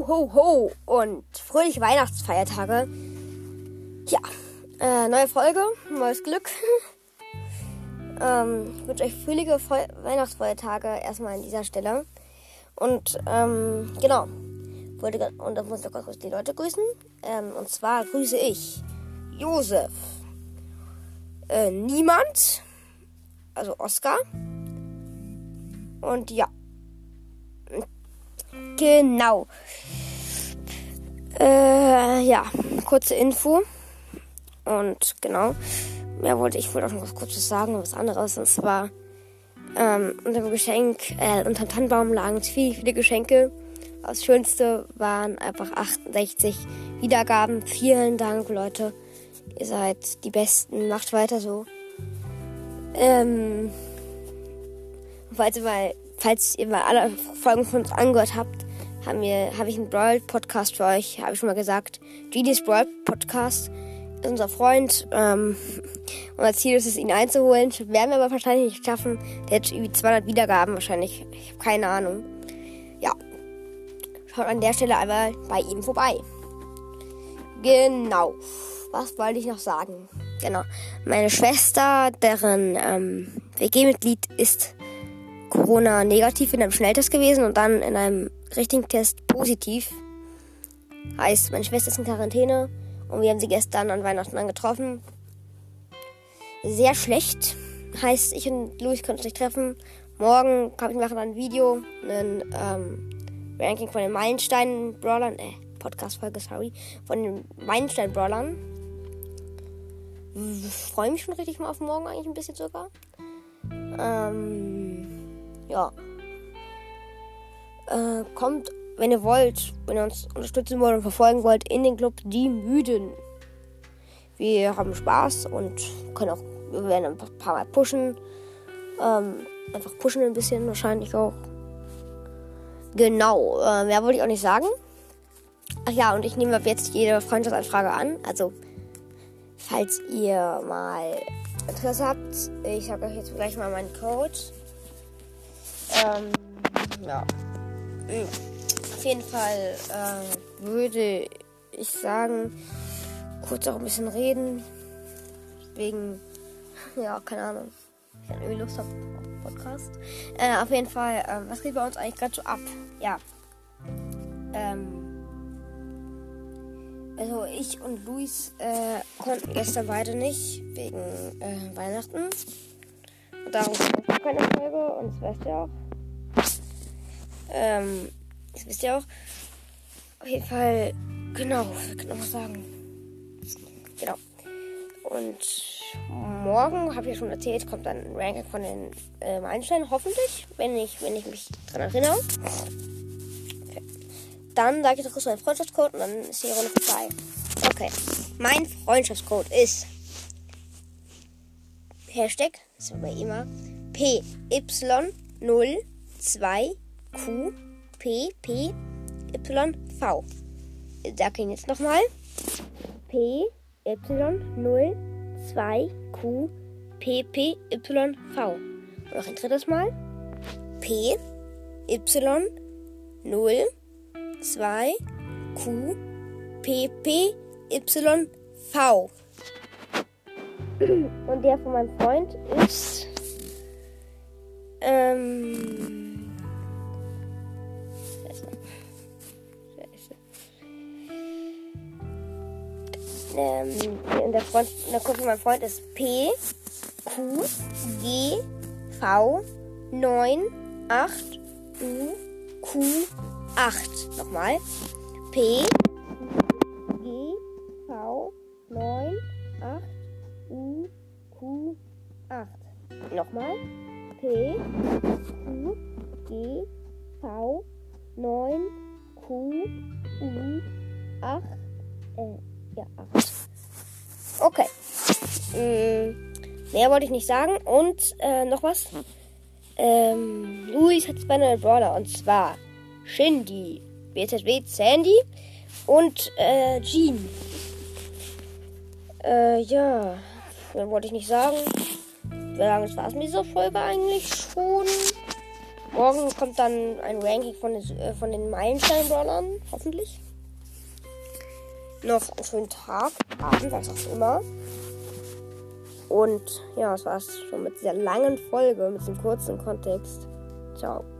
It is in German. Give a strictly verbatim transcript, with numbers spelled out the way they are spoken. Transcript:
Ho, ho, ho und fröhliche Weihnachtsfeiertage. Ja, äh, neue Folge, neues Glück. ähm, ich wünsche euch fröhliche Fe- Weihnachtsfeiertage erstmal an dieser Stelle. Und, ähm, genau. Wollte, und dann muss ich noch kurz die Leute grüßen. Ähm, und zwar grüße ich Josef, äh, Niemand, also Oskar. Und ja. Genau. Äh, ja, kurze Info. Und genau. Mehr wollte ich wollte auch noch was Kurzes sagen, was anderes. Und zwar, ähm, unter dem Geschenk, äh, unter dem Tannenbaum lagen viele, viele Geschenke. Das Schönste waren einfach achtundsechzig Wiedergaben. Vielen Dank, Leute. Ihr seid die Besten. Macht weiter so. Ähm, falls ihr mal, falls ihr mal alle Folgen von uns angehört habt, haben wir, habe ich einen Brawl-Podcast für euch, habe ich schon mal gesagt. Genies Brawl-Podcast ist unser Freund. Ähm, unser Ziel ist es, ihn einzuholen. Werden wir aber wahrscheinlich nicht schaffen. Der hat irgendwie zweihundert Wiedergaben wahrscheinlich. Ich habe keine Ahnung. Ja. Schaut an der Stelle einmal bei ihm vorbei. Genau. Was wollte ich noch sagen? Genau. Meine Schwester, deren ähm, W G-Mitglied ist Corona-negativ in einem Schnelltest gewesen und dann in einem richtigen Test positiv. Heißt, meine Schwester ist in Quarantäne und wir haben sie gestern an Weihnachten dann getroffen. Sehr schlecht. Heißt, ich und Luis können uns nicht treffen. Morgen kann ich machen ein Video, ein ähm, Ranking von den Meilenstein-Brawlern, äh, Podcast-Folge, sorry, von den Meilenstein-Brawlern. Ich freue mich schon richtig mal auf morgen eigentlich ein bisschen sogar. Ähm, ja. Äh, kommt, wenn ihr wollt, wenn ihr uns unterstützen wollt und verfolgen wollt, in den Club Die Müden. Wir haben Spaß und können auch, wir werden ein paar Mal pushen. Ähm, einfach pushen ein bisschen wahrscheinlich auch. Genau, äh, mehr wollte ich auch nicht sagen. Ach ja, und ich nehme ab jetzt jede Freundschaftsanfrage an. Also, falls ihr mal Interesse habt, ich sage euch jetzt gleich mal meinen Code. Ähm, ja. Auf jeden Fall äh, würde ich sagen, kurz auch ein bisschen reden. Wegen, ja, keine Ahnung. Ich habe irgendwie Lust auf Podcast. Äh, auf jeden Fall, äh, was geht bei uns eigentlich gerade so ab? Ja. Ähm. Also ich und Luis äh, konnten gestern beide nicht, wegen äh, Weihnachten. Und darum kommt auch keine Folge und das wisst ihr auch. Ähm, das wisst ihr auch. Auf jeden Fall, genau, ich kann noch was sagen. Genau. Und morgen, habe ich ja schon erzählt, kommt dann ein Ranking von den äh, Meilensteinen, hoffentlich, wenn ich, wenn ich mich dran erinnere. Okay. Dann sage ich noch kurz meinen Freundschaftscode und dann ist die Runde vorbei. Okay, mein Freundschaftscode ist Hashtag, das ist bei immer, P Y null zwei Q P P Y V. Ich sage ihn jetzt nochmal. P Y null zwei Q P P Y V. Und noch ein drittes Mal. P Y null zwei Q P P Y V. Und der von meinem Freund ist ähm ähm und der Freund, der Code von meinem Freund ist P Q G V neun acht U Q acht. Nochmal. P G V neun acht U Q acht. Nochmal. P Q G V neun Q U acht. Äh, ja, acht. Okay. Mm, mehr wollte ich nicht sagen. Und äh, noch was. Ähm, Luis hat zwei neue Brawler. Und zwar Shindy, B Z W, Sandy und äh, Jean. Äh, ja. Mehr wollte ich nicht sagen. Wir sagen, das war's mit dieser Folge eigentlich schon. Morgen kommt dann ein Ranking von den, äh, von den Meilenstein-Brawlern, hoffentlich. Noch einen schönen Tag, Abend, was auch immer. Und ja, das war's schon mit dieser langen Folge, mit diesem kurzen Kontext. Ciao.